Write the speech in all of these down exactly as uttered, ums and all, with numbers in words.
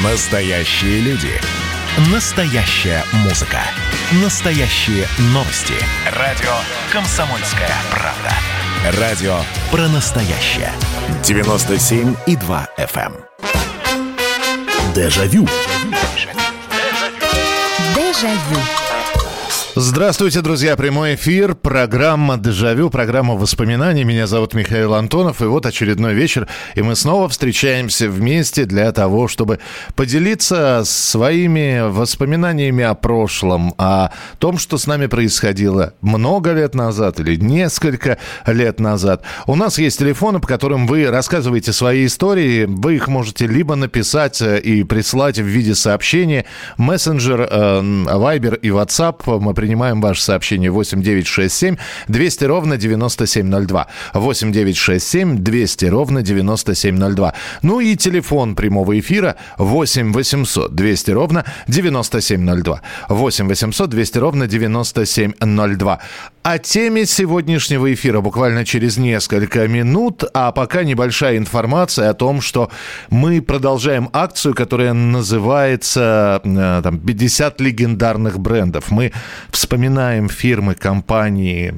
Настоящие люди. Настоящая музыка. Настоящие новости. Радио «Комсомольская правда». Радио про настоящее. девяносто семь и два эф эм. Дежавю. Дежавю. Здравствуйте, друзья. Прямой эфир. Программа «Дежавю», программа воспоминаний. Меня зовут Михаил Антонов. И вот очередной вечер. И мы снова встречаемся вместе для того, чтобы поделиться своими воспоминаниями о прошлом, о том, что с нами происходило много лет назад или несколько лет назад. У нас есть телефоны, по которым вы рассказываете свои истории. Вы их можете либо написать и прислать в виде сообщения. Мессенджер, Вайбер и WhatsApp. Мы принимаем ваше сообщение восемь девятьсот шестьдесят семь двести ровно девяносто семь ноль два. восемь девятьсот шестьдесят семь двести ровно девяносто семь ноль два. Ну и телефон прямого эфира восемь восемьсот двести ровно девяносто семь ноль два. восемь восемьсот двести ровно девяносто семь ноль два. О теме сегодняшнего эфира буквально через несколько минут, а пока небольшая информация о том, что мы продолжаем акцию, которая называется там, пятьдесят легендарных брендов. Мы вспоминаем фирмы, компании,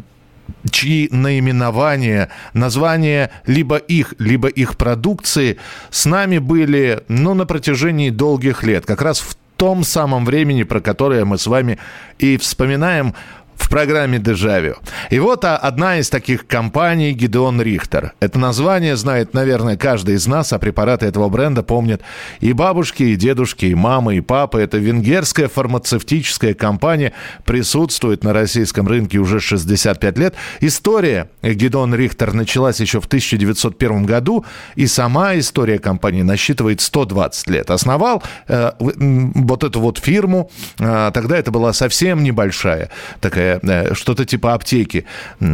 чьи наименования, названия либо их, либо их продукции с нами были, ну, на протяжении долгих лет. Как раз в том самом времени, про которое мы с вами и вспоминаем в программе «Дежавю». И вот одна из таких компаний — Гидеон Рихтер. Это название знает, наверное, каждый из нас, а препараты этого бренда помнят и бабушки, и дедушки, и мамы, и папы. Это венгерская фармацевтическая компания, присутствует на российском рынке уже шестьдесят пять лет. История Гидеон Рихтер началась еще в тысяча девятьсот первом году, и сама история компании насчитывает сто двадцать лет. Основал э, вот эту вот фирму, э, тогда это была совсем небольшая такая, что-то типа аптеки.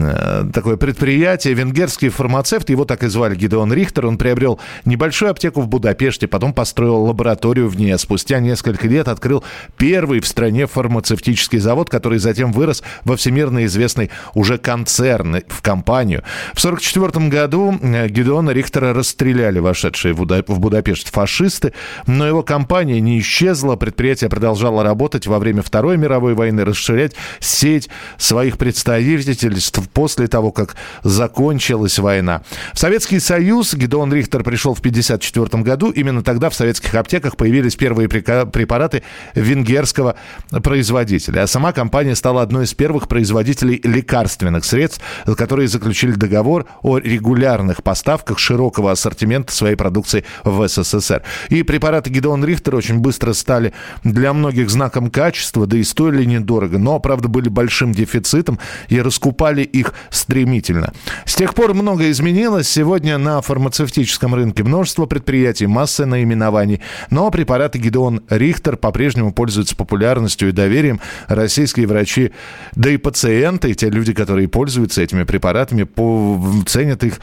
Такое предприятие. Венгерский фармацевт, его так и звали, Гидеон Рихтер. Он приобрел небольшую аптеку в Будапеште, потом построил лабораторию в ней. Спустя несколько лет открыл первый в стране фармацевтический завод, который затем вырос во всемирно известный уже концерн, в компанию. В сорок четвёртом году Гидеона Рихтера расстреляли вошедшие в Будапешт фашисты, но его компания не исчезла. Предприятие продолжало работать во время Второй мировой войны, расширять сеть своих представительств после того, как закончилась война. В Советский Союз Гидеон Рихтер пришел в пятьдесят четвёртом году. Именно тогда в советских аптеках появились первые препараты венгерского производителя. А сама компания стала одной из первых производителей лекарственных средств, которые заключили договор о регулярных поставках широкого ассортимента своей продукции в эс эс эс эр. И препараты Гидеон Рихтер очень быстро стали для многих знаком качества, да и стоили недорого. Но, правда, были большими большим дефицитом и раскупали их стремительно. С тех пор многое изменилось. Сегодня на фармацевтическом рынке множество предприятий, масса наименований. Но препараты Гидеон Рихтер по-прежнему пользуются популярностью и доверием. Российские врачи, да и пациенты, те люди, которые пользуются этими препаратами, ценят их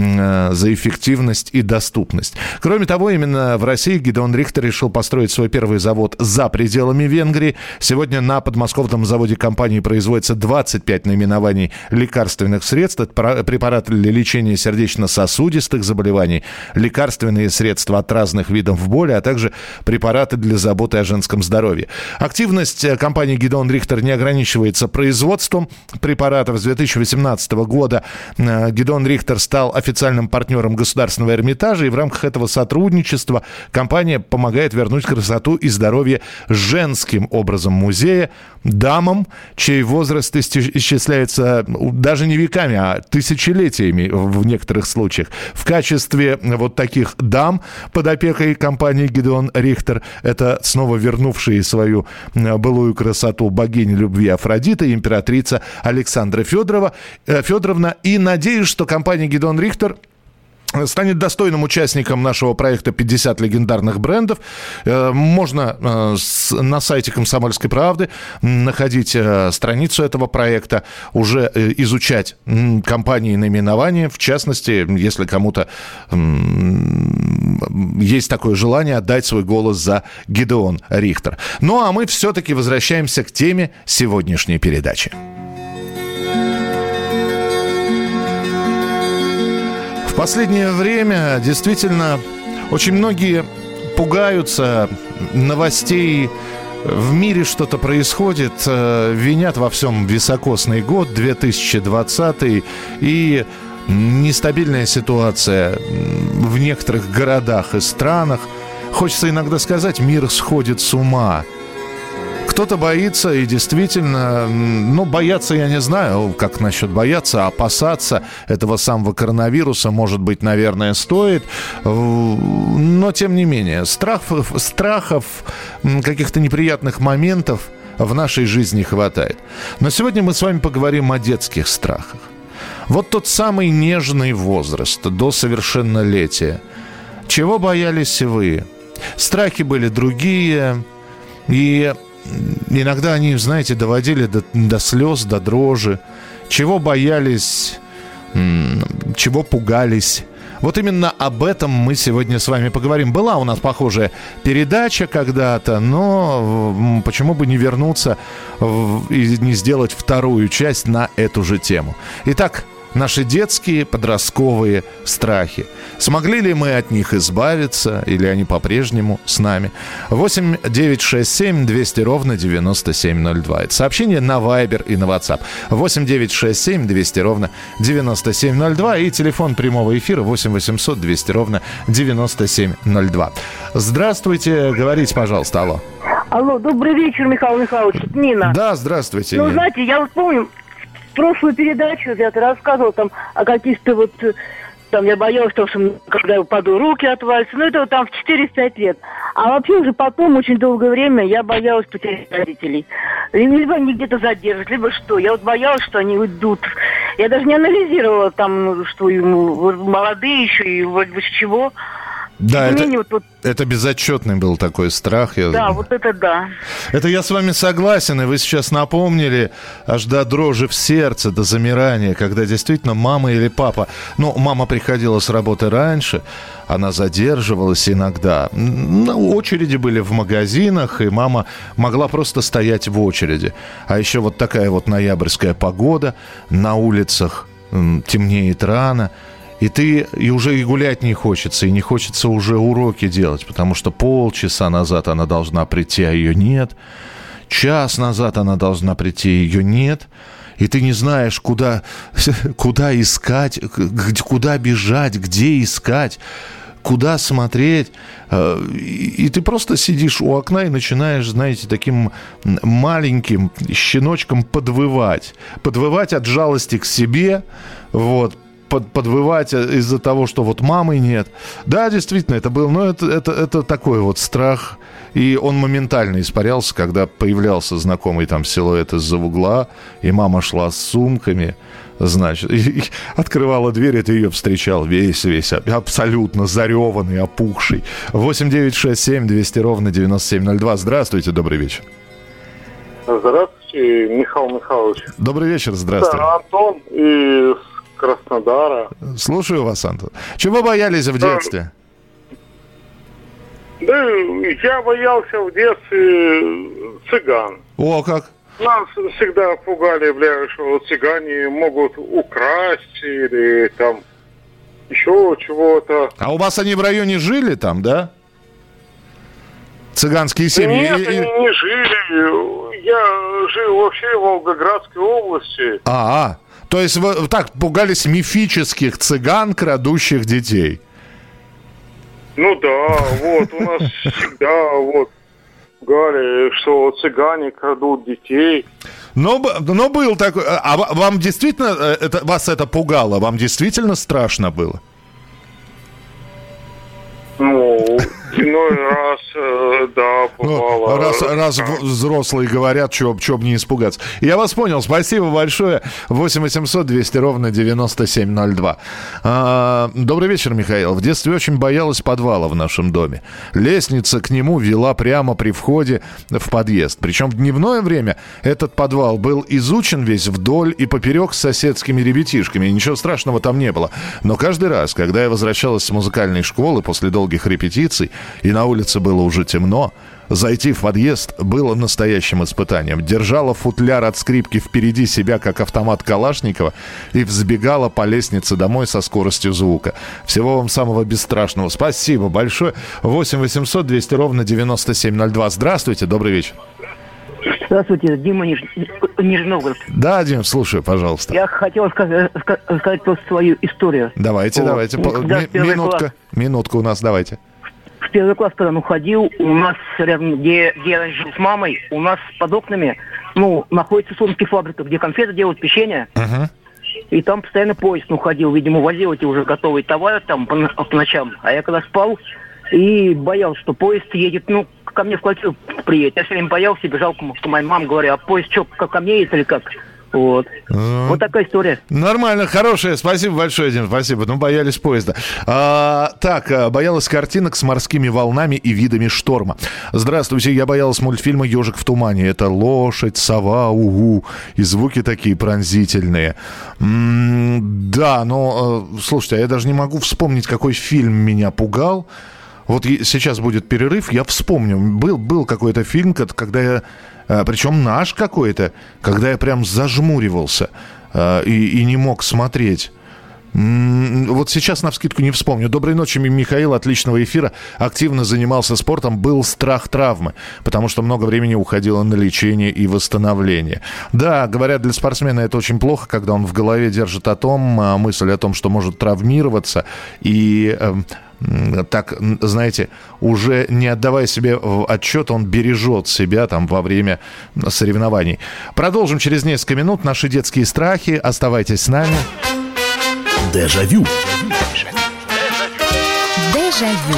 за эффективность и доступность. Кроме того, именно в России Гидеон Рихтер решил построить свой первый завод за пределами Венгрии. Сегодня на подмосковном заводе компании производится двадцать пять наименований лекарственных средств. Это препараты для лечения сердечно-сосудистых заболеваний, лекарственные средства от разных видов боли, а также препараты для заботы о женском здоровье. Активность компании Гидеон Рихтер не ограничивается производством препаратов. С две тысячи восемнадцатого года Гидеон Рихтер стал официальным партнером Государственного Эрмитажа, и в рамках этого сотрудничества компания помогает вернуть красоту и здоровье женским образом музея, дамам, чей возраст исчисляется даже не веками, а тысячелетиями в некоторых случаях. В качестве вот таких дам под опекой компании Гидеон Рихтер, это снова вернувшие свою былую красоту богини любви Афродита и императрица Александра Федорова, Федоровна. И надеюсь, что компания Гидеон Рихтер станет достойным участником нашего проекта «пятьдесят легендарных брендов». Можно на сайте «Комсомольской правды» находить страницу этого проекта, уже изучать компании и наименования. В частности, если кому-то есть такое желание, отдать свой голос за Гидеон Рихтер. Ну, а мы все-таки возвращаемся к теме сегодняшней передачи. В последнее время действительно очень многие пугаются новостей. В мире что-то происходит, винят во всем високосный год, две тысячи двадцатый, и нестабильная ситуация в некоторых городах и странах. Хочется иногда сказать, мир сходит с ума. Кто-то боится, и действительно, ну, бояться я не знаю, как насчет бояться, опасаться этого самого коронавируса, может быть, наверное, стоит. Но, тем не менее, страх, страхов, каких-то неприятных моментов в нашей жизни хватает. Но сегодня мы с вами поговорим о детских страхах. Вот тот самый нежный возраст до совершеннолетия. Чего боялись вы? Страхи были другие, и иногда они, знаете, доводили до, до слез, до дрожи. Чего боялись, чего пугались. Вот именно об этом мы сегодня с вами поговорим. Была у нас похожая передача когда-то, но почему бы не вернуться и не сделать вторую часть на эту же тему. Итак, наши детские, подростковые страхи. Смогли ли мы от них избавиться, или они по-прежнему с нами? восемь девятьсот шестьдесят семь двести ровно девяносто семь ноль два. Это сообщение на Viber и на WhatsApp. восемь девятьсот шестьдесят семь двести ровно девяносто семь ноль два. И телефон прямого эфира восемь восемьсот двести ровно девяносто семь ноль два. Здравствуйте, говорите, пожалуйста, алло. Алло, добрый вечер, Михаил Михайлович, это Нина. Да, здравствуйте. Ну, Нина. знаете, я вот помню, прошлую передачу я рассказывал там о каких-то вот, там я боялась того, что когда я упаду, руки отвалятся, ну это вот там в четыре-пять лет. А вообще уже потом очень долгое время я боялась потерять родителей. Либо они где-то задержат, либо что. Я вот боялась, что они уйдут. Я даже не анализировала там, что ему молодые еще и вроде бы с чего. Да, это, вот, вот... это безотчетный был такой страх. Я... Да, вот это да. Это я с вами согласен, и вы сейчас напомнили аж до дрожи в сердце, до замирания, когда действительно мама или папа... Ну, мама приходила с работы раньше, она задерживалась иногда. Ну, очереди были в магазинах, и мама могла просто стоять в очереди. А еще вот такая вот ноябрьская погода, на улицах темнеет рано. И ты и уже и гулять не хочется, и не хочется уже уроки делать, потому что полчаса назад она должна прийти, а ее нет. Час назад она должна прийти, ее нет. И ты не знаешь, куда, куда искать, куда бежать, где искать, куда смотреть. И ты просто сидишь у окна и начинаешь, знаете, таким маленьким щеночком подвывать. Подвывать от жалости к себе, вот. подвывать из-за того, что вот мамы нет. Да, действительно, это был, но это, это, это такой вот страх. И он моментально испарялся, когда появлялся знакомый там силуэт из-за угла, и мама шла с сумками, значит, и, и открывала дверь, и ты ее встречал весь-весь, абсолютно зареванный, опухший. восемь девятьсот шестьдесят семь двести ровно девяносто семь ноль два. Здравствуйте, добрый вечер. Здравствуйте, Михаил Михайлович. Добрый вечер, здравствуйте. Да, Антон из Краснодара. Слушаю вас, Антон. Чего боялись в детстве? Да, я боялся в детстве цыган. О, как? Нас всегда пугали, бля, что цыгане могут украсть или там еще чего-то. А у вас они в районе жили там, да? Цыганские семьи? Нет, они не жили. Я жил вообще в Волгоградской области. А, -а. То есть вы так пугались мифических цыган, крадущих детей? Ну да, вот у нас всегда вот пугали, что цыгане крадут детей. Но, но был такой... А вам действительно... Это, вас это пугало? Вам действительно страшно было? Ну, иной раз, э, да, бывало. Ну, раз, раз взрослые говорят, чего б не испугаться. Я вас понял, спасибо большое. восемь восемьсот двести ровно девяносто семь ноль два. А, добрый вечер, Михаил. В детстве очень боялась подвала в нашем доме. Лестница к нему вела прямо при входе в подъезд. Причем в дневное время этот подвал был изучен весь вдоль и поперек с соседскими ребятишками. И ничего страшного там не было. Но каждый раз, когда я возвращалась с музыкальной школы после долгих репетиций, и на улице было уже темно, Но зайти в подъезд было настоящим испытанием. Держала футляр от скрипки впереди себя, как автомат Калашникова, и взбегала по лестнице домой со скоростью звука. Всего вам самого бесстрашного. Спасибо большое. восемь восемьсот двести ровно девяносто семь ноль два. Здравствуйте, добрый вечер. Здравствуйте, Дима, Ниж... Нижний Новгород. Да, Дим, слушаю, пожалуйста. Я хотел сказать, сказать просто свою историю. Давайте, вот. давайте. М- минутка, класс... минутка у нас, давайте. В первый класс, когда он уходил, у нас рядом, где, где я жил с мамой, у нас под окнами, ну, находится сумки фабрика, где конфеты делают, печенье. Uh-huh. И там постоянно поезд уходил, видимо, возил эти уже готовые товары там по, по ночам. А я когда спал и боялся, что поезд едет, ну, ко мне в квартиру приедет. Я все время боялся и бежал к моей маме, говорю, а поезд что, как ко мне едет или как? Вот. Mm. Вот такая история. Нормально, хорошая. Спасибо большое, Дим, спасибо. Ну, боялись поезда. А, так, боялась картинок с морскими волнами и видами шторма. Здравствуйте, я боялась мультфильма «Ежик в тумане». Это лошадь, сова, угу. И звуки такие пронзительные. М-м, да, но, слушайте, а я даже не могу вспомнить, какой фильм меня пугал. Вот сейчас будет перерыв, я вспомню. Был, был какой-то фильм, когда я... Причем наш какой-то, когда я прям зажмуривался э, и, и не мог смотреть. М-м, вот сейчас навскидку не вспомню. Доброй ночи, Михаил, отличного эфира. Активно занимался спортом, был страх травмы, потому что много времени уходило на лечение и восстановление. Да, говорят, для спортсмена это очень плохо, когда он в голове держит о том, мысль о том, что может травмироваться и... Э, так, знаете, уже не отдавая себе отчет, он бережет себя там во время соревнований. Продолжим через несколько минут. Наши детские страхи. Оставайтесь с нами. Дежавю. Дежавю.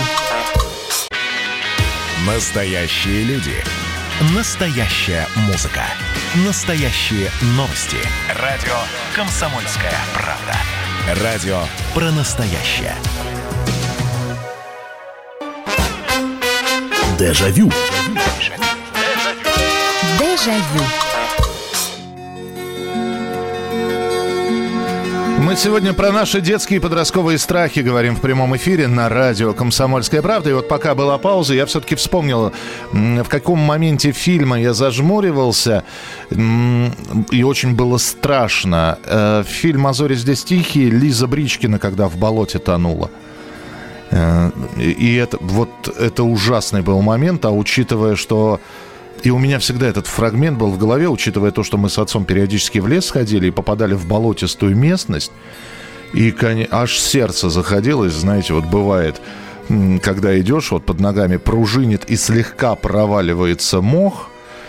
Настоящие люди. Настоящая музыка. Настоящие новости. Радио «Комсомольская правда». Радио про настоящее. Дежавю. Дежавю. Мы сегодня про наши детские и подростковые страхи говорим в прямом эфире на радио «Комсомольская правда». И вот пока была пауза, я все-таки вспомнил, в каком моменте фильма я зажмуривался, и очень было страшно. Фильм «А зори здесь тихие», Лиза Бричкина, когда в болоте тонула. И это, вот это ужасный был момент, а учитывая, что... И у меня всегда этот фрагмент был в голове, учитывая то, что мы с отцом периодически в лес ходили и попадали в болотистую местность, и аж сердце заходилось, знаете, вот бывает, когда идешь, вот под ногами пружинит и слегка проваливается мох,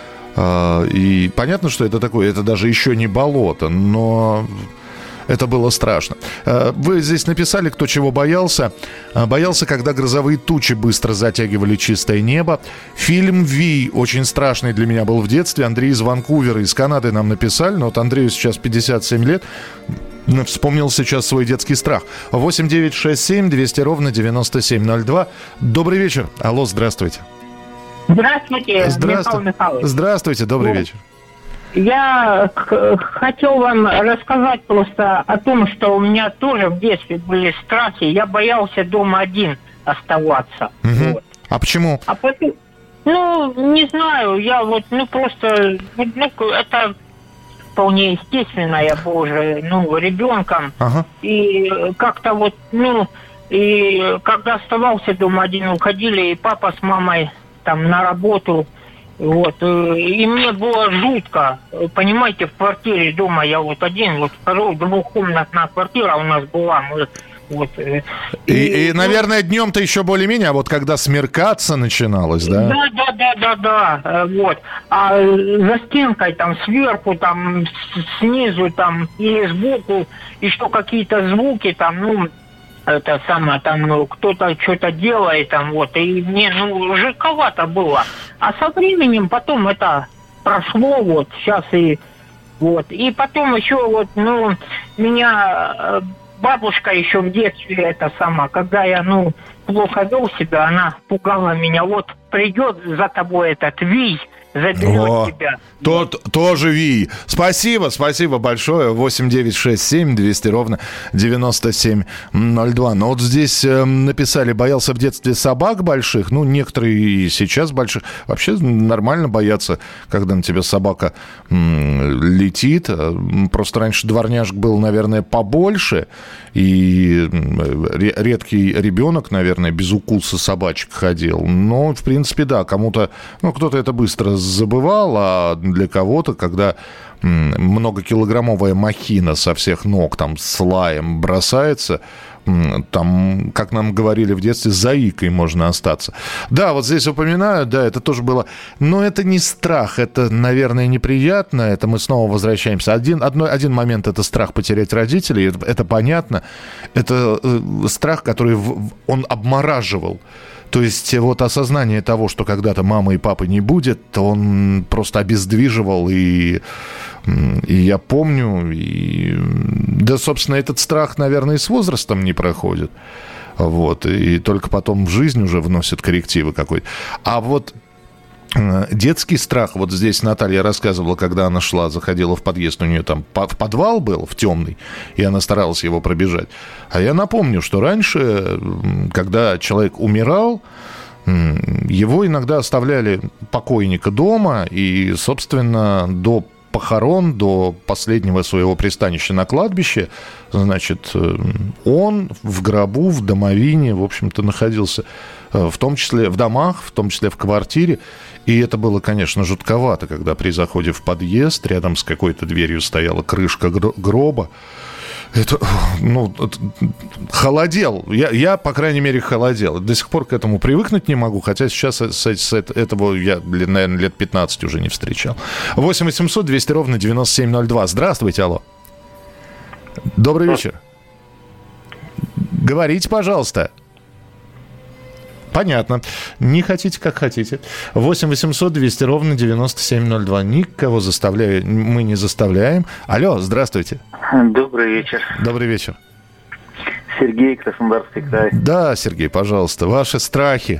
и понятно, что это такое, это даже еще не болото, но... Это было страшно. Вы здесь написали, кто чего боялся. Боялся, когда грозовые тучи быстро затягивали чистое небо. Фильм «Ви» очень страшный для меня был в детстве. Андрей из Ванкувера, из Канады нам написали. Но вот Андрею сейчас пятьдесят семь лет. Вспомнил сейчас свой детский страх. восемь девятьсот шестьдесят семь двести ровно девяносто семь ноль два. Добрый вечер. Алло, здравствуйте. Здравствуйте, Здравствуй. Михаил Михайлович. Здравствуйте, добрый ну. вечер. Я х- хотел вам рассказать просто о том, что у меня тоже в детстве были страхи. Я боялся дома один оставаться. Угу. Вот. А почему? А потом, ну, не знаю, я вот, ну, просто, ну, это вполне естественно, я был уже, ну, ребенком. Ага. И как-то вот, ну, и когда оставался дома один, уходили и папа с мамой там на работу. Вот, и мне было жутко, понимаете, в квартире дома я вот один, вот второй двухкомнатная квартира у нас была, мы вот. И, и, и наверное, днем-то еще более-менее, а вот когда смеркаться начиналось, да? Да, да, да, да, да, вот. А за стенкой там сверху, там снизу, там или сбоку еще какие-то звуки, там, ну. Это самое, там, ну, кто-то что-то делает, там, вот, и мне, ну, жутковато было. А со временем потом это прошло, вот, сейчас и, вот, и потом еще, вот, ну, меня бабушка еще в детстве, это сама, когда я, ну, плохо вел себя, она пугала меня, вот, придет за тобой этот вий, заберет О, тебя. Тот тоже Ви. Спасибо, спасибо большое. восемь девятьсот шестьдесят семь двести ровно девяносто семь ноль два. Но вот здесь э, написали, боялся в детстве собак больших. Ну, некоторые и сейчас больших. Вообще нормально бояться, когда на тебя собака м, летит. Просто раньше дворняжек был, наверное, побольше. И редкий ребенок, наверное, без укуса собачек ходил. Но, в принципе, да, кому-то... Ну, кто-то это быстро забывал, а для кого-то, когда многокилограммовая махина со всех ног там с лаем бросается, там, как нам говорили в детстве, заикой можно остаться. Да, вот здесь упоминаю, да, это тоже было... Но это не страх, это, наверное, неприятно, это мы снова возвращаемся. Один, одно, один момент — это страх потерять родителей, это, это понятно. Это э, страх, который в, он обмораживал. То есть вот осознание того, что когда-то мамы и папы не будет, он просто обездвиживал. И, и я помню, и, да, собственно, этот страх, наверное, и с возрастом не проходит. Вот, и только потом в жизнь уже вносят коррективы какой-то. А вот детский страх, вот здесь Наталья рассказывала, когда она шла, заходила в подъезд, у нее там подвал был в темный, и она старалась его пробежать. А я напомню, что раньше, когда человек умирал, его иногда оставляли покойника дома, и, собственно, до похорон, до последнего своего пристанища на кладбище, значит, он в гробу, в домовине, в общем-то, находился, в том числе в домах, в том числе в квартире. И это было, конечно, жутковато, когда при заходе в подъезд рядом с какой-то дверью стояла крышка гроба. Это, ну, холодел. Я, я, по крайней мере, холодел. До сих пор к этому привыкнуть не могу, хотя сейчас с, с этого я, наверное, лет пятнадцать уже не встречал. восемь восемьсот двести ровно девяносто семь ноль два. Здравствуйте, алло. Добрый вечер. Говорите, пожалуйста. Понятно. Не хотите, как хотите. восемь восемьсот двести ровно девяносто семь ноль два. Никого заставляю, мы не заставляем. Алло, здравствуйте. Добрый вечер. Добрый вечер. Сергей, Краснодарский край. Да, Сергей, пожалуйста, ваши страхи.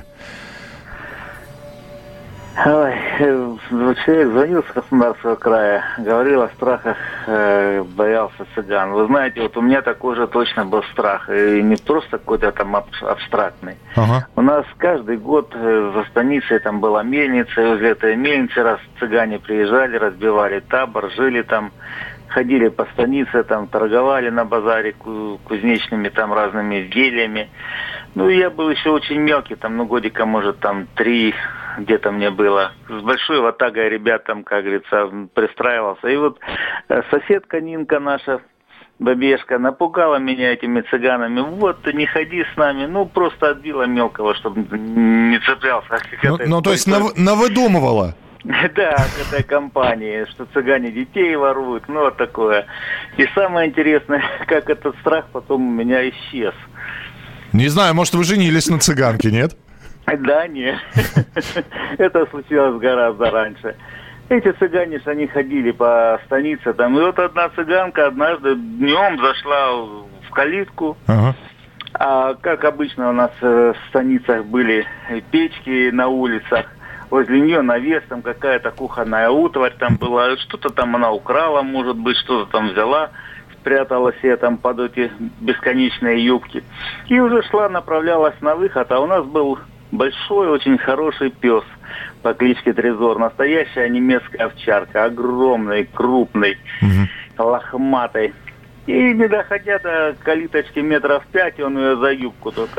Ой, человек звонил с Краснодарского края, говорил о страхах, э, боялся цыган. Вы знаете, вот у меня такой же точно был страх, и не просто какой-то там абстрактный. Ага. У нас каждый год за станицей там была мельница, и возле этой мельницы раз цыгане приезжали, разбивали табор, жили там, ходили по станице, там торговали на базаре кузнечными там разными изделиями. Ну, я был еще очень мелкий, там, ну, годика, может, там, три где-то мне было. С большой ватагой ребят там, как говорится, пристраивался. И вот соседка Нинка наша, бабешка, напугала меня этими цыганами. Вот, ты не ходи с нами. Ну, просто отбила мелкого, чтобы не цеплялся. Ну, ну то есть нав- навыдумывала? Да, к этой компании, что цыгане детей воруют, ну, вот такое. И самое интересное, как этот страх потом у меня исчез. Не знаю, может, вы женились на цыганке, нет? Да, нет. Это случилось гораздо раньше. Эти цыгане, они ходили по станице там. И вот одна цыганка однажды днем зашла в калитку. Ага. А как обычно у нас в станицах были печки на улицах. Возле нее навес, там какая-то кухонная утварь там была. Что-то там она украла, может быть, что-то там взяла. Спрятала себе там под эти бесконечные юбки. И уже шла, направлялась на выход. А у нас был большой, очень хороший пес по кличке Трезор. Настоящая немецкая овчарка. Огромный, крупный, угу. лохматый. И не доходя до калиточки метров пять, он ее за юбку только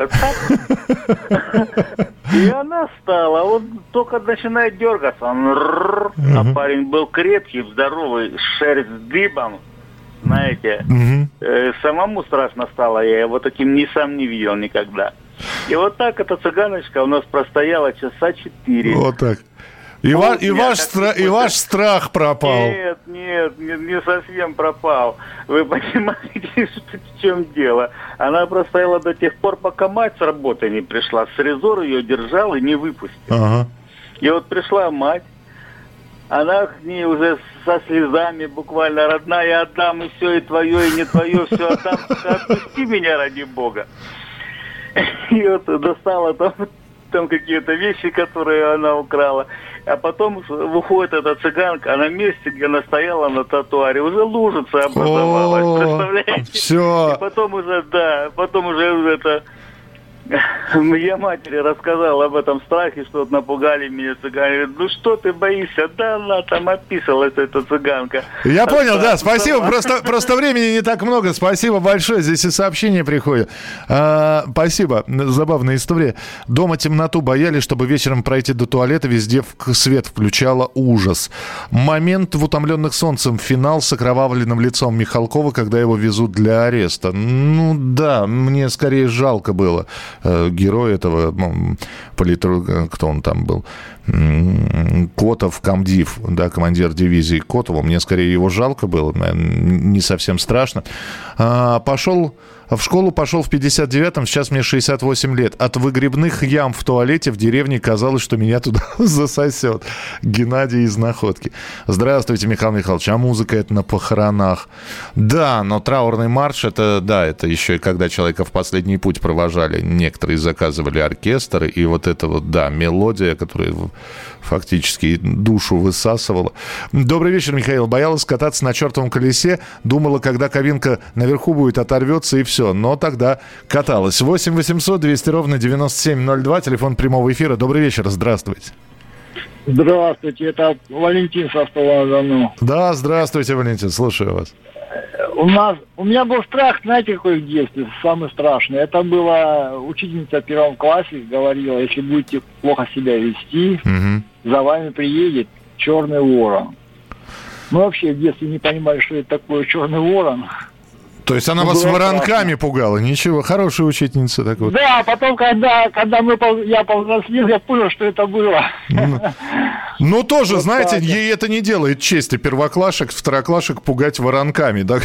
так. И она стала. Вот только начинает дергаться. Он р-р, а парень был крепкий, здоровый, шерсть дыбом. Знаете, э, самому страшно стало. Я его таким ни сам не видел никогда. И вот так эта цыганочка у нас простояла часа четыре. Вот так. И, ва- и, ваш, стра- и ваш страх пропал. Нет, нет, не, не совсем пропал. Вы понимаете, что, в чем дело? Она простояла до тех пор, пока мать с работы не пришла. Срезор ее держал и не выпустил. Ага. И вот пришла мать. Она к ней уже со слезами буквально: родная, отдам, и все, и твое, и не твое, все отдам. Отпусти меня, ради бога. И вот достала там там какие-то вещи, которые она украла. А потом выходит эта цыганка, а на месте, где она стояла на тротуаре, уже лужица образовалась. О, представляете? все. И потом уже, да, потом уже это... Я матери рассказал об этом страхе, что вот напугали меня цыгане. Говорит, ну что ты боишься? Да она там описалась, эта цыганка. Я от понял, да, спасибо. Просто, просто времени не так много. Спасибо большое. Здесь и сообщения приходят. А, спасибо. Забавная история. Дома темноту боялись, чтобы вечером пройти до туалета. Везде свет включало. Ужас. Момент в «Утомленных солнцем». Финал с окровавленным лицом Михалкова, когда его везут для ареста. Ну да, мне скорее жалко было герой этого политрука, кто он там был, Котов, комдив, да, командир дивизии Котова. Мне скорее его жалко было, не совсем страшно. А, пошел в школу, пошел в пятьдесят девятом, сейчас мне шестьдесят восемь лет. От выгребных ям в туалете в деревне казалось, что меня туда засосет. Геннадий из Находки. Здравствуйте, Михаил Михайлович. А музыка это на похоронах? Да, но траурный марш, это, да, это еще и когда человека в последний путь провожали. Некоторые заказывали оркестр, и вот это вот, да, мелодия, которая фактически душу высасывала. Добрый вечер, Михаил. Боялась кататься на чертовом колесе. Думала, когда кабинка наверху будет, оторвется и все. Но тогда каталась. восемь восемьсот двести ровно девяносто семь ноль два. Телефон прямого эфира. Добрый вечер. Здравствуйте. Здравствуйте. Это Валентин со Столазану. Да, здравствуйте, Валентин. Слушаю вас. У нас, у меня был страх, знаете, какой в детстве, самый страшный. Это была учительница в первом классе, говорила, если будете плохо себя вести, угу. за вами приедет черный ворон. Мы вообще в детстве не понимали, что это такое черный ворон. То есть она вас воронками пугала? Ничего, хорошая учительница. Так вот. Да, потом, когда, когда мы, я повзрослел, я понял, что это было. Ну, ну тоже, вот знаете, так. Ей это не делает чести первоклашек, второклашек пугать воронками, да?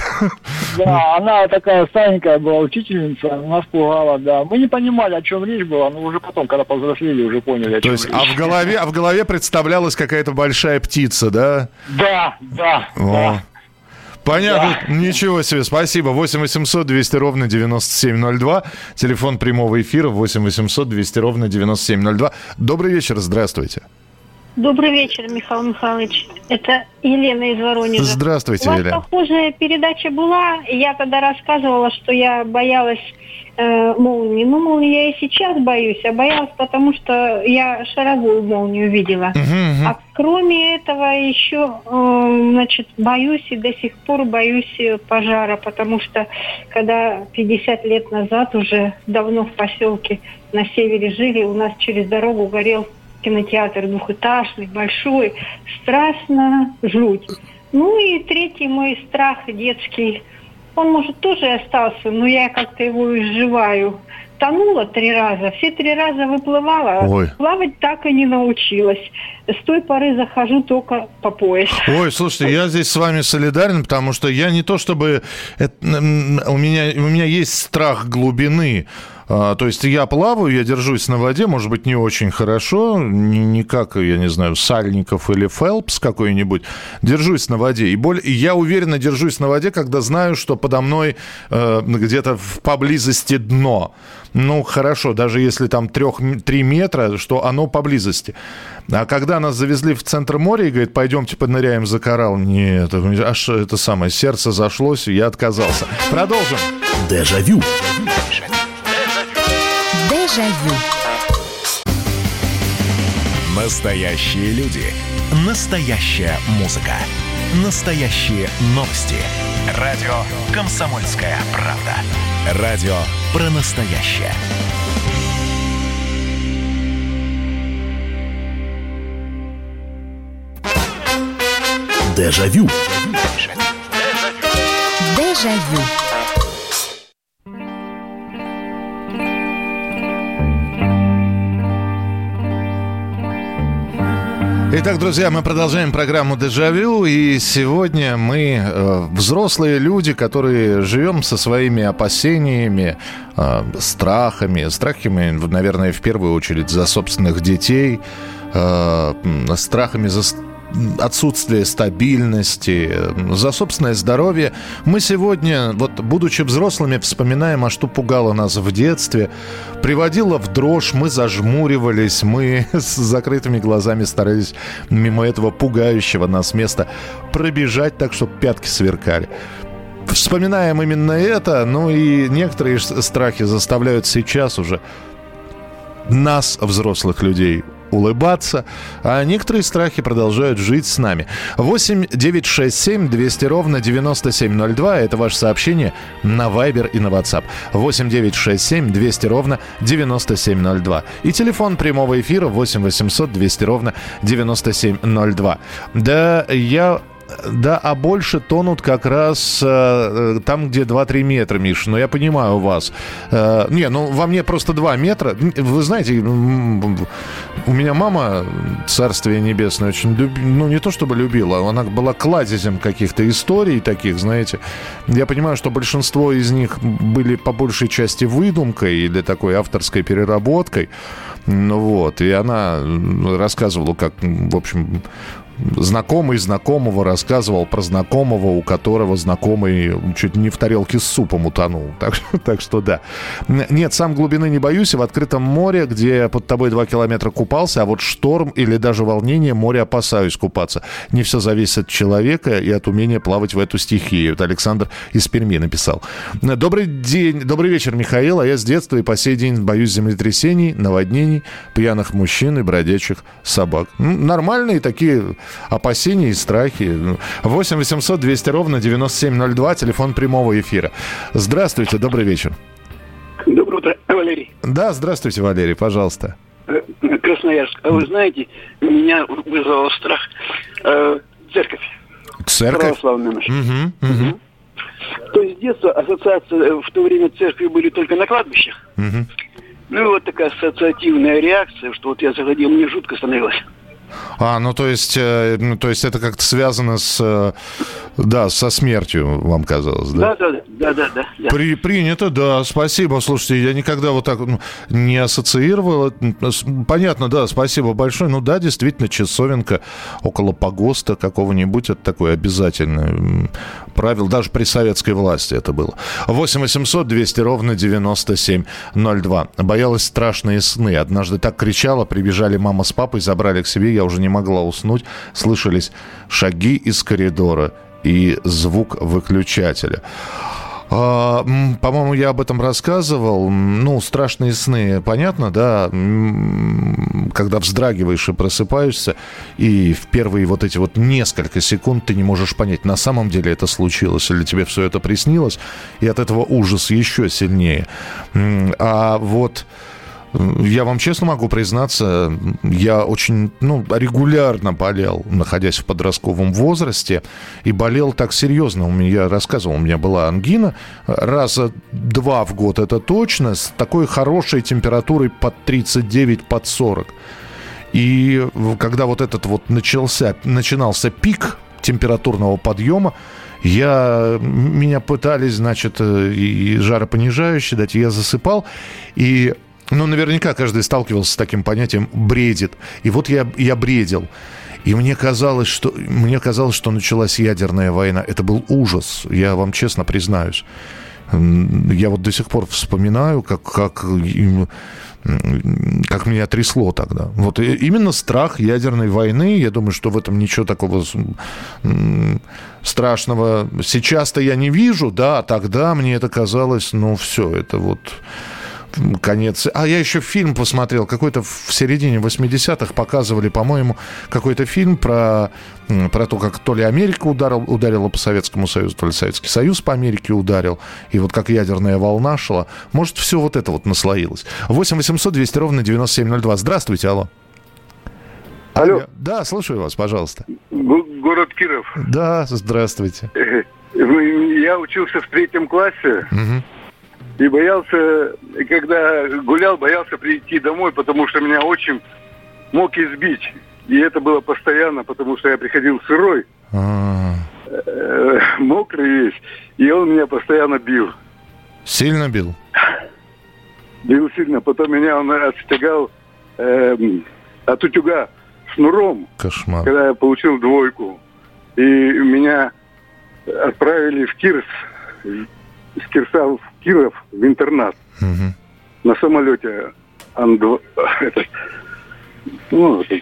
Да, она такая старенькая была учительница, нас пугала, да. Мы не понимали, о чем речь была, но уже потом, когда повзрослели, уже поняли, о чем речь. То есть, а в голове, а в голове представлялась какая-то большая птица, да? Да, да, да. Понятно, да. Ничего себе, спасибо. восемь восемьсот двести ровно девяносто семь ноль два. Телефон прямого эфира восемь восемьсот двести ровно девяносто семь ноль два. Добрый вечер, здравствуйте. Добрый вечер, Михаил Михайлович. Это Елена из Воронежа. Здравствуйте, У вас Елена. похожая передача была. Я тогда рассказывала, что я боялась э, молнии. Ну, молнии я и сейчас боюсь, а боялась, потому что я шаровую молнию видела. Uh-huh, uh-huh. А кроме этого еще, э, значит, боюсь и до сих пор боюсь пожара, потому что когда пятьдесят лет назад уже давно в поселке на севере жили, у нас через дорогу горел кинотеатр двухэтажный, большой, страшно, жуть. Ну и третий мой страх детский, он, может, тоже остался, но я как-то его изживаю. Тонула три раза, все три раза выплывала, Ой. Плавать так и не научилась. С той поры захожу только по пояс. Ой, слушайте, я здесь с вами солидарен, потому что я не то чтобы... Это, у меня, у меня есть страх глубины. А, то есть я плаваю, я держусь на воде, может быть, не очень хорошо, не, не как, я не знаю, Сальников или Фелпс какой-нибудь, держусь на воде. И, более, и я уверенно держусь на воде, когда знаю, что подо мной э, где-то в поблизости дно. Ну, хорошо, даже если там три метра, что оно поблизости. А когда нас завезли в центр моря и говорят, пойдемте подныряем за коралл, нет, аж это самое, сердце зашлось, и я отказался. Продолжим. Дежавю. Дежавю. Настоящие люди. Настоящая музыка. Настоящие новости. Радио «Комсомольская правда». Радио про настоящее. Дежавю. Дежавю. Итак, друзья, мы продолжаем программу «Дежавю», и сегодня мы э, взрослые люди, которые живем со своими опасениями, э, страхами, страхами, наверное, в первую очередь за собственных детей, э, страхами за отсутствие стабильности, за собственное здоровье. Мы сегодня, вот будучи взрослыми, вспоминаем, а что пугало нас в детстве, приводило в дрожь, мы зажмуривались, мы с закрытыми глазами старались мимо этого пугающего нас места пробежать так, чтобы пятки сверкали. Вспоминаем именно это, ну и некоторые страхи заставляют сейчас уже нас, взрослых людей, улыбаться, а некоторые страхи продолжают жить с нами. восемь девятьсот шестьдесят семь двести ровно девяносто семь ноль два. Это ваше сообщение на Viber и на WhatsApp. восемь девятьсот шестьдесят семь двести ровно девяносто семь ноль два. И телефон прямого эфира восемь восемьсот двести ровно девяносто семь ноль два. Да, я... Да, а больше тонут как раз э, там, где два-три метра, Миша. Но я понимаю вас. Э, не, ну, во мне просто два метра. Вы знаете, у меня мама, царствие небесное, очень люб... ну, не то чтобы любила, она была кладезем каких-то историй таких, знаете. Я понимаю, что большинство из них были по большей части выдумкой или такой авторской переработкой. Ну вот, и она рассказывала, как, в общем... Знакомый знакомого рассказывал про знакомого, у которого знакомый чуть не в тарелке с супом утонул. Так, так что да. Нет, сам глубины не боюсь. И в открытом море, где под тобой два километра купался, а вот шторм или даже волнение, море опасаюсь купаться. Не все зависит от человека и от умения плавать в эту стихию. Это Александр из Перми написал. Добрый день, добрый вечер, Михаил. А я с детства и по сей день боюсь землетрясений, наводнений, пьяных мужчин и бродячих собак. Нормальные такие... опасения и страхи. восемь восемьсот двести ровно девяносто семь ноль два. Телефон прямого эфира. Здравствуйте, добрый вечер. Доброе утро, Валерий. Да, здравствуйте, Валерий, пожалуйста. Красноярск. А вы знаете, меня вызвал страх э, церковь. Церковь? Православная наша. Угу, угу. То есть с детства ассоциации в то время церкви были только на кладбищах. Угу. Ну и вот такая ассоциативная реакция, что вот я заходил, мне жутко становилось. А, ну то есть, э, ну, то есть это как-то связано с, э, да, со смертью, вам казалось, да? Да, да, да, да, да. да. При, принято, да, спасибо. Слушайте, я никогда вот так ну, не ассоциировал. Понятно, да, спасибо большое. Ну да, действительно, часовенка около погоста какого-нибудь, это такое обязательное правило. Даже при советской власти это было. восемь восемьсот двести ровно девяносто семь ноль два. Боялась страшные сны. Однажды так кричала, прибежали мама с папой, забрали к себе, я уже не могла уснуть. Слышались шаги из коридора и звук выключателя. А, по-моему, я об этом рассказывал. Ну, страшные сны, понятно, да? Когда вздрагиваешь и просыпаешься, и в первые вот эти вот несколько секунд ты не можешь понять, на самом деле это случилось, или тебе все это приснилось, и от этого ужас еще сильнее. А вот... Я вам честно могу признаться, я очень, ну, регулярно болел, находясь в подростковом возрасте, и болел так серьезно. У меня, я рассказывал, у меня была ангина раза два в год, это точно, с такой хорошей температурой под тридцать девять, под сорок. И когда вот этот вот начался, начинался пик температурного подъема, я, меня пытались, значит, и жаропонижающие дать, я засыпал, и... Ну, наверняка каждый сталкивался с таким понятием «бредит». И вот я, я бредил. И мне казалось, что, мне казалось, что началась ядерная война. Это был ужас, я вам честно признаюсь. Я вот до сих пор вспоминаю, как, как, как меня трясло тогда. Вот именно страх ядерной войны. Я думаю, что в этом ничего такого страшного сейчас-то я не вижу. Да, а тогда мне это казалось, ну, все, это вот... Конец. А я еще фильм посмотрел, какой-то в середине восьмидесятых показывали, по-моему, какой-то фильм про, про то, как то ли Америка ударил, ударила по Советскому Союзу, то ли Советский Союз по Америке ударил, и вот как ядерная волна шла. Может, все вот это вот наслоилось. восемь восемьсот двести ровно девяносто семь ноль два. Здравствуйте, алло. Алло. Я... Да, слушаю вас, пожалуйста. Г- город Киров. Да, здравствуйте. Я учился в третьем классе. Угу. И боялся, когда гулял, боялся прийти домой, потому что меня отчим мог избить. И это было постоянно, потому что я приходил сырой, э, мокрый весь, и он меня постоянно бил. Сильно бил? Бил сильно. Потом меня он отстегал э, от утюга шнуром. Кошмар. Когда я получил двойку. И меня отправили в Кирс, с Кирса в Киров в интернат. Угу. На самолете Ан два. Это, ну, это.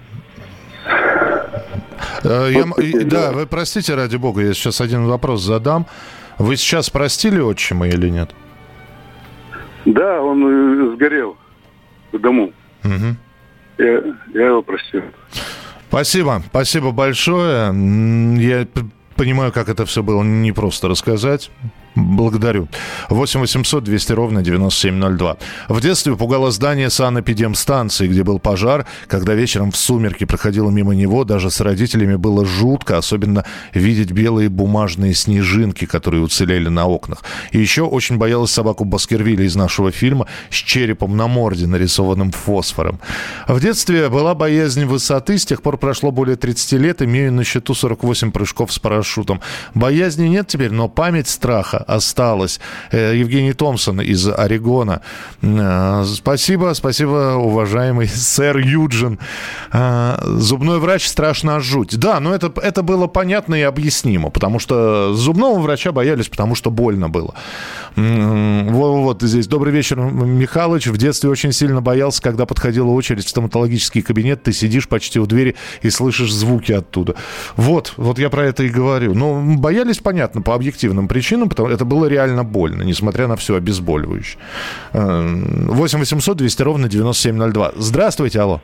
Я, вот такие, да, да, вы простите, ради бога, я сейчас один вопрос задам. Вы сейчас простили отчима или нет? Да, он сгорел в дому. Угу. Я, я его простил. Спасибо, спасибо большое. Я понимаю, как это все было непросто рассказать. Благодарю. восемь восемьсот двести ровно девяносто семь ноль два. В детстве пугало здание санэпидемстанции, где был пожар. Когда вечером в сумерки проходила мимо него, даже с родителями было жутко, особенно видеть белые бумажные снежинки, которые уцелели на окнах. И еще очень боялась собаку Баскервилля из нашего фильма с черепом на морде, нарисованным фосфором. В детстве была боязнь высоты, с тех пор прошло более тридцать лет, имею на счету сорок восемь прыжков с парашютом. Боязни нет теперь, но память страха осталось. Евгений Томпсон из Орегона. Спасибо, спасибо, уважаемый сэр Юджин. Зубной врач страшно жуть. Да, но это, это было понятно и объяснимо, потому что зубного врача боялись, потому что больно было. Вот, вот здесь. Добрый вечер, Михалыч. В детстве очень сильно боялся, когда подходила очередь в стоматологический кабинет, ты сидишь почти у двери и слышишь звуки оттуда. Вот, вот я про это и говорю. Ну, боялись, понятно, по объективным причинам, потому это было реально больно, несмотря на все обезболивающее. восемь восемьсот двести ровно девяносто семь ноль два. Здравствуйте, алло.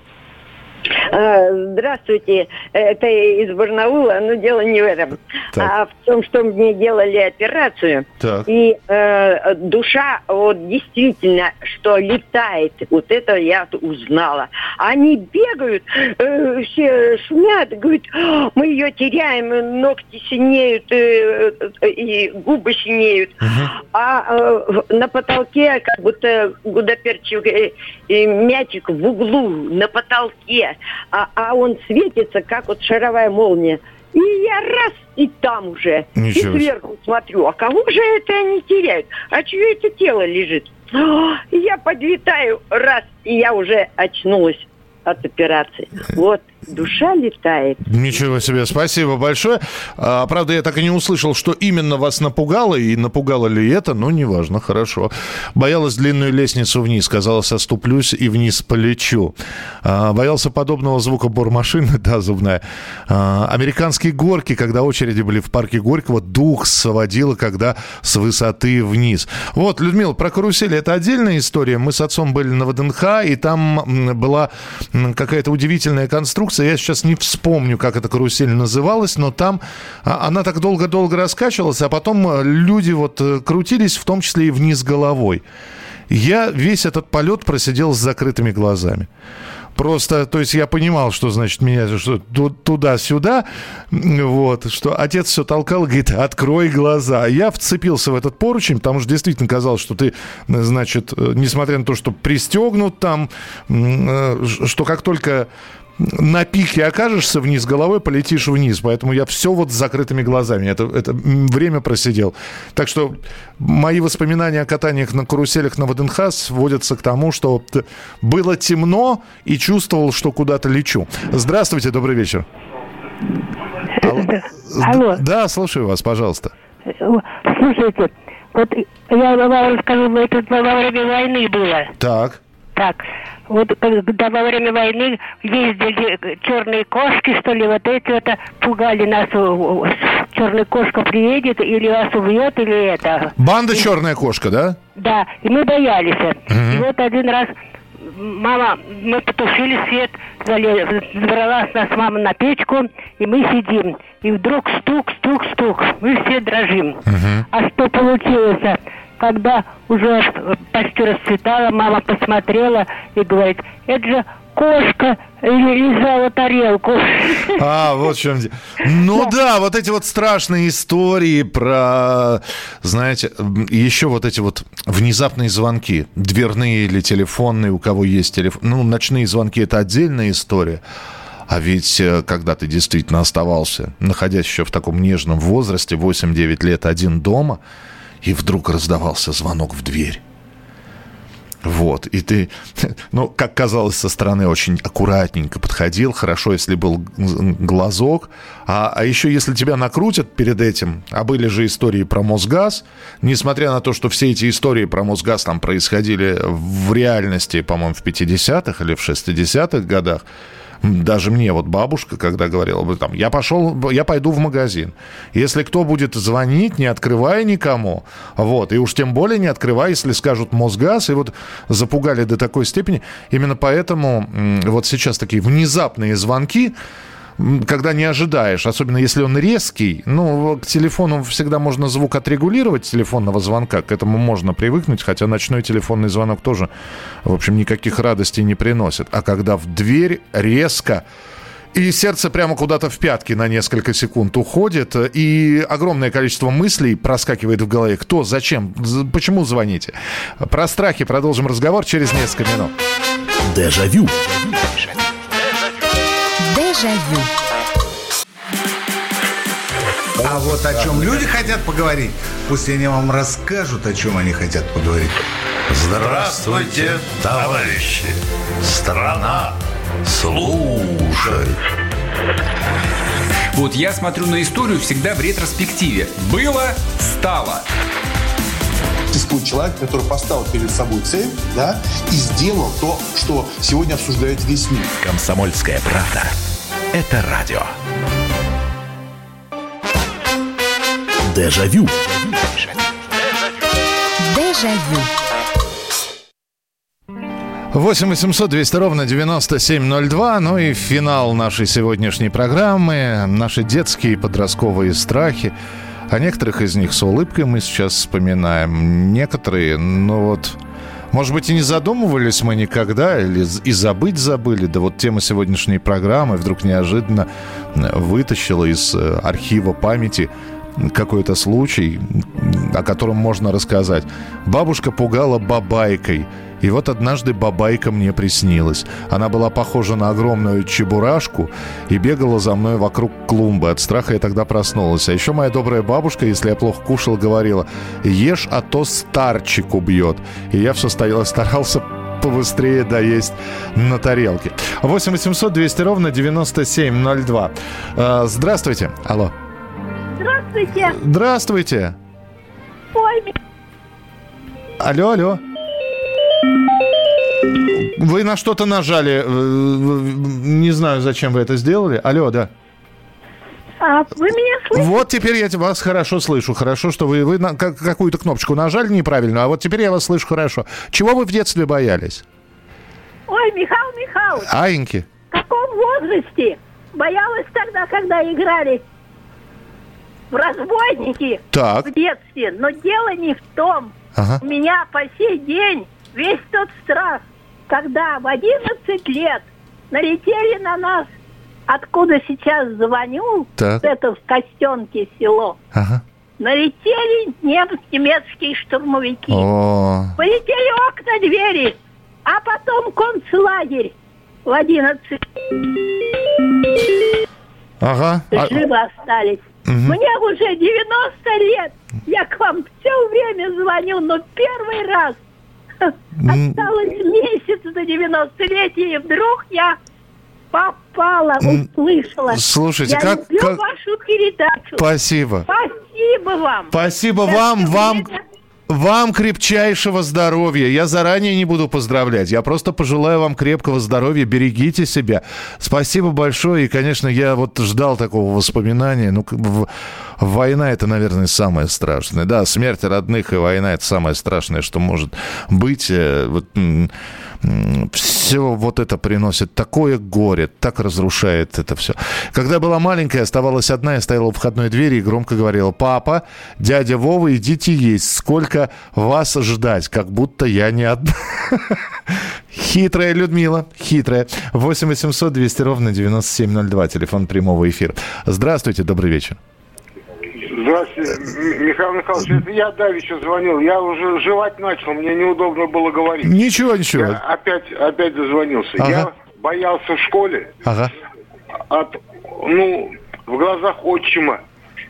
Здравствуйте, это из Барнаула, но дело не в этом, так. а в том, что мне делали операцию, так. и э, душа вот действительно, что летает, вот это я узнала. Они бегают, э, все шумят, говорят, мы ее теряем, ногти синеют, э, э, и губы синеют, угу. а э, на потолке как будто гудоперчивый э, э, мячик в углу на потолке. А, а он светится, как вот шаровая молния. И я раз, и там уже. Ничего. И сверху смотрю, а кого же это они теряют? А чье это тело лежит? О, я подлетаю, раз, и я уже очнулась от операции. Вот, душа летает. Ничего себе, спасибо большое. А, правда, я так и не услышал, что именно вас напугало, и напугало ли это, но неважно, хорошо. Боялась длинную лестницу вниз, казалось, оступлюсь и вниз полечу. А, боялся подобного звука бормашины, да, зубная. А, американские горки, когда очереди были в парке Горького, дух сводило, когда с высоты вниз. Вот, Людмила, про карусели, это отдельная история. Мы с отцом были на ВДНХ, и там была какая-то удивительная конструкция. Я сейчас не вспомню, как эта карусель называлась, но там она так долго-долго раскачивалась, а потом люди вот крутились, в том числе и вниз головой. Я весь этот полет просидел с закрытыми глазами. Просто, то есть я понимал, что, значит, меня что, туда-сюда, вот, что отец все толкал, говорит, открой глаза. Я вцепился в этот поручень, потому что действительно казалось, что ты, значит, несмотря на то, что пристегнут там, что как только на пике окажешься вниз головой, полетишь вниз. Поэтому я все вот с закрытыми глазами. Это, это время просидел. Так что мои воспоминания о катаниях на каруселях на ВДНХ сводятся к тому, что было темно и чувствовал, что куда-то лечу. Здравствуйте, добрый вечер. Алло. Алло. Да, слушаю вас, пожалуйста. Слушайте, вот я вам расскажу, это во время войны было. Так. Так, вот когда во время войны ездили черные кошки, что ли, вот эти вот пугали нас, черная кошка приедет, или вас убьет, или это. Банда и, черная кошка, да? Да, и мы боялись. Угу. И вот один раз мама, мы потушили свет, забралась нас мама на печку, и мы сидим. И вдруг стук, стук, стук, мы все дрожим. Угу. А что получилось? Когда уже почти расцветало, мама посмотрела и говорит, это же кошка лизала тарелку. А, вот в чем дело. Ну да. да, вот эти вот страшные истории про, знаете, еще вот эти вот внезапные звонки, дверные или телефонные, у кого есть телефон. Ну, ночные звонки – это отдельная история. А ведь когда ты действительно оставался, находясь еще в таком нежном возрасте, восемь-девять лет один дома, и вдруг раздавался звонок в дверь. Вот, и ты, ну, как казалось, со стороны очень аккуратненько подходил, хорошо, если был глазок, а, а еще если тебя накрутят перед этим, а были же истории про Мосгаз, несмотря на то, что все эти истории про Мосгаз там происходили в реальности, по-моему, в пятидесятых или в шестидесятых годах, даже мне вот бабушка, когда говорила, там, я пошел, я пойду в магазин. Если кто будет звонить, не открывай никому. Вот. И уж тем более не открывай, если скажут Мосгаз. И вот запугали до такой степени. Именно поэтому вот сейчас такие внезапные звонки, когда не ожидаешь, особенно если он резкий, ну, к телефону всегда можно звук отрегулировать телефонного звонка, к этому можно привыкнуть, хотя ночной телефонный звонок тоже, в общем, никаких радостей не приносит. А когда в дверь резко, и сердце прямо куда-то в пятки на несколько секунд уходит, и огромное количество мыслей проскакивает в голове. Кто, зачем, почему звоните? Про страхи продолжим разговор через несколько минут. Дежавю. Дежавю. А вот о чем люди хотят поговорить, пусть они вам расскажут, о чем они хотят поговорить. Здравствуйте, товарищи! Страна слушает. Вот я смотрю на историю всегда в ретроспективе. Было, стало. Существует человек, который поставил перед собой цель, да, и сделал то, что сегодня обсуждает весь мир. «Комсомольская правда». Это радио. Дежавю. Дежавю. восемь восемьсот двести ровно девяносто семь ноль два. Ну и финал нашей сегодняшней программы. Наши детские и подростковые страхи. О некоторых из них с улыбкой мы сейчас вспоминаем. Некоторые, ну вот... Может быть, и не задумывались мы никогда, или и забыть забыли. Да вот тема сегодняшней программы вдруг неожиданно вытащила из архива памяти какой-то случай, о котором можно рассказать. Бабушка пугала бабайкой. И вот однажды бабайка мне приснилась. Она была похожа на огромную чебурашку и бегала за мной вокруг клумбы. От страха я тогда проснулась. А еще моя добрая бабушка, если я плохо кушал, говорила: ешь, а то старчик убьет. И я все стоял, старался побыстрее доесть на тарелке. восемь восемьсот двести ровно девяносто семь ноль два. Здравствуйте. Алло. Здравствуйте. Здравствуйте. Ой. Алло, алло. Вы на что-то нажали. Не знаю, зачем вы это сделали. Алло, да. А вы меня слышите? Вот теперь я вас хорошо слышу. Хорошо, что вы, вы на, как, какую-то кнопочку нажали неправильно, а вот теперь я вас слышу хорошо. Чего вы в детстве боялись? Ой, Михаил Михайлович. Аиньки. В каком возрасте? Боялась тогда, когда играли в разбойники. Так. В детстве. Но дело не в том. Ага. У меня по сей день весь тот страх, когда в одиннадцать лет налетели на нас, откуда сейчас звоню, так. это в Костенке село, ага. налетели немцы, немецкие штурмовики. О. Полетели окна, двери, а потом концлагерь в одиннадцать. Ага. Живы остались. Угу. Мне уже девяносто лет. Я к вам все время звоню, но первый раз осталось месяц до девяностолетия, и вдруг я попала, услышала. Слушайте, я как... люблю как... вашу передачу. Спасибо. Спасибо вам. Спасибо я вам, вам... время... Вам крепчайшего здоровья. Я заранее не буду поздравлять. Я просто пожелаю вам крепкого здоровья. Берегите себя. Спасибо большое. И, конечно, я вот ждал такого воспоминания. Ну, война — это, наверное, самое страшное. Да, смерть родных и война — это самое страшное, что может быть. Вот, все вот это приносит такое горе, так разрушает это все. Когда я была маленькая, оставалась одна, я стояла у входной двери и громко говорила: папа, дядя Вова, идите есть. Сколько вас ждать? Как будто я не одна. Хитрая Людмила, хитрая. восемь восемьсот двести ровно девяносто семь ноль два, телефон прямого эфира. Здравствуйте, добрый вечер. Здравствуйте, Михаил Михайлович, это я давеча звонил. Я уже жевать начал, мне неудобно было говорить. Ничего, ничего. Я опять, опять дозвонился. Ага. Я боялся в школе ага. от, ну, в глазах отчима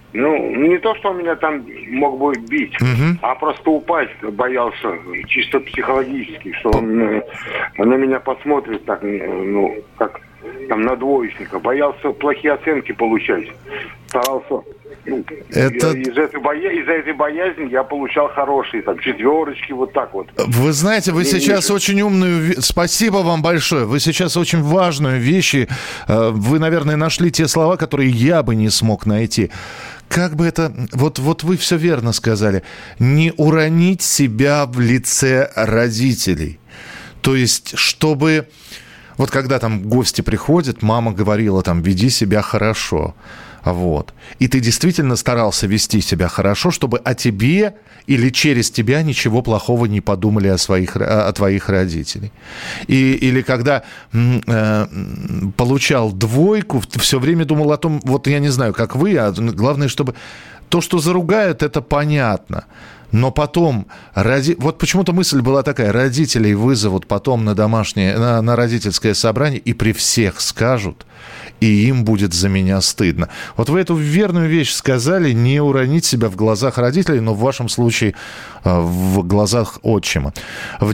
Ну, не то, что он меня там мог бы бить, угу. а просто упасть боялся, чисто психологически, что он э, на меня посмотрит так, ну, как там на двоечника. Боялся плохие оценки получать. Старался. Ну, Это... из, этой боя... из-за этой боязни я получал хорошие, там, четверочки, вот так вот. Вы знаете, вы не сейчас ниже. Очень умную... Спасибо вам большое. Вы сейчас очень важную вещь. Вы, наверное, нашли те слова, которые я бы не смог найти. Как бы это... Вот, вот вы все верно сказали. Не уронить себя в лице родителей. То есть, чтобы... Вот когда там гости приходят, мама говорила там, веди себя хорошо. Вот. И ты действительно старался вести себя хорошо, чтобы о тебе или через тебя ничего плохого не подумали о, своих, о твоих родителях. И, или когда э, получал двойку, все время думал о том, вот я не знаю, как вы, а главное, чтобы то, что заругают, это понятно. Но потом, роди... вот почему-то мысль была такая, родителей вызовут потом на домашнее, на, на родительское собрание и при всех скажут, и им будет за меня стыдно. Вот вы эту верную вещь сказали, не уронить себя в глазах родителей, но в вашем случае в глазах отчима. В,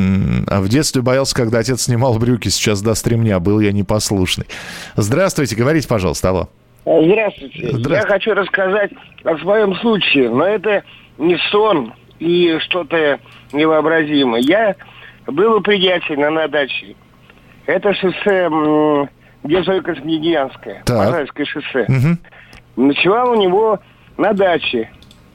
в детстве боялся, когда отец снимал брюки, сейчас даст ремня, был я непослушный. Здравствуйте, говорите, пожалуйста, алло. Здравствуйте. Здравствуйте. Я хочу рассказать о своем случае, но это не сон и что-то невообразимое. Я был у приятеля на даче. Это шоссе, где Зойко-Смедьянское, Можайское шоссе. Угу. Ночевал у него на даче.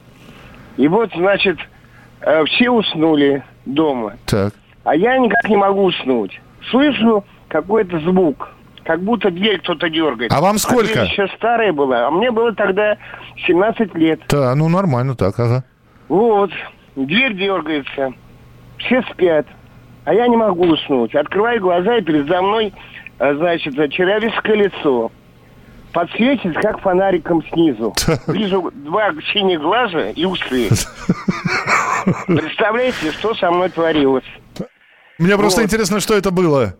И вот, значит, все уснули дома. Так. А я никак не могу уснуть. Слышу какой-то звук. Как будто дверь кто-то дергает. А вам сколько? А дверь еще старая была. А мне было тогда семнадцать лет. Да, ну нормально так, ага. Вот. Дверь дергается. Все спят. А я не могу уснуть. Открываю глаза, и передо мной, значит, человеческое лицо. Подсветит, как фонариком снизу. Вижу два синих глаза и усы. Представляете, что со мной творилось? Мне просто интересно, что это было.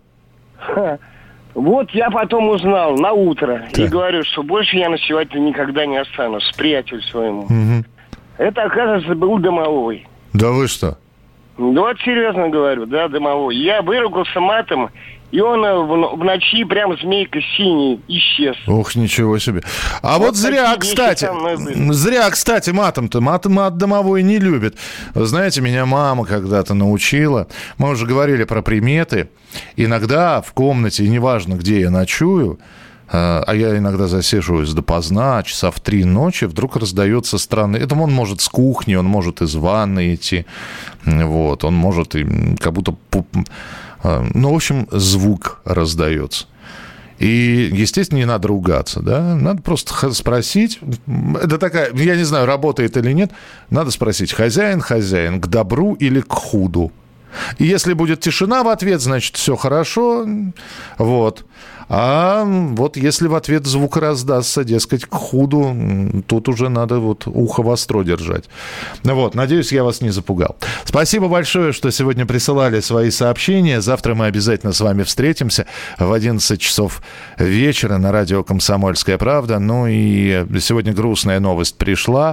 Вот я потом узнал на утро. Да. И говорю, что больше я ночевать никогда не останусь с приятелем своему. Угу. Это, оказывается, был домовой. Да вы что? Ну, вот серьезно говорю, да, домовой. Я выругался матом, и он в, в ночи прям змейка синий исчез. Ох, ничего себе. А вот, вот зря, кстати, зря, кстати, матом-то. Мат, мат домовой не любит. Вы знаете, меня мама когда-то научила. Мы уже говорили про приметы. Иногда в комнате, неважно, где я ночую, а я иногда засиживаюсь допоздна, часа в три ночи, вдруг раздается странный... Это он может с кухни, он может из ванны идти. Вот, он может и как будто... Ну, в общем, звук раздается. И, естественно, не надо ругаться, да? Надо просто спросить. Это такая, я не знаю, работает или нет. Надо спросить, хозяин, хозяин, к добру или к худу? И если будет тишина в ответ, значит, все хорошо. Вот. А вот если в ответ звук раздастся, дескать, к худу, тут уже надо вот ухо востро держать. Вот, надеюсь, я вас не запугал. Спасибо большое, что сегодня присылали свои сообщения. Завтра мы обязательно с вами встретимся в одиннадцать часов вечера на радио «Комсомольская правда». Ну и сегодня грустная новость пришла.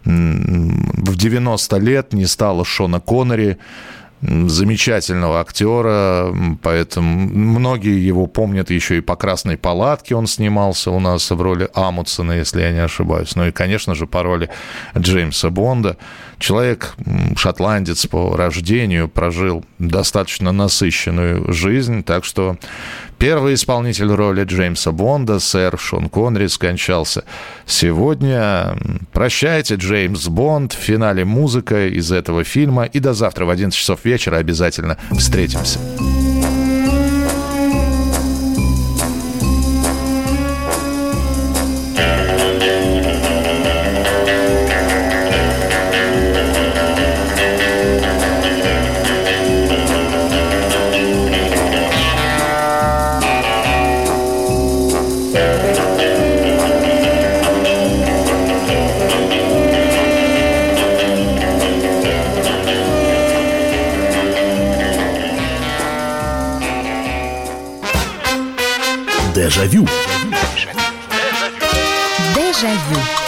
В девяносто лет не стало Шона Коннери, замечательного актера, поэтому многие его помнят еще и по «Красной палатке». Он снимался у нас в роли Амундсена, если я не ошибаюсь. Ну и, конечно же, по роли Джеймса Бонда. Человек, шотландец по рождению, прожил достаточно насыщенную жизнь, так что первый исполнитель роли Джеймса Бонда, сэр Шон Коннери, скончался сегодня. Прощайте, Джеймс Бонд. В финале музыка из этого фильма. И до завтра в одиннадцать часов вечера обязательно встретимся. Дежавю. Дежавю.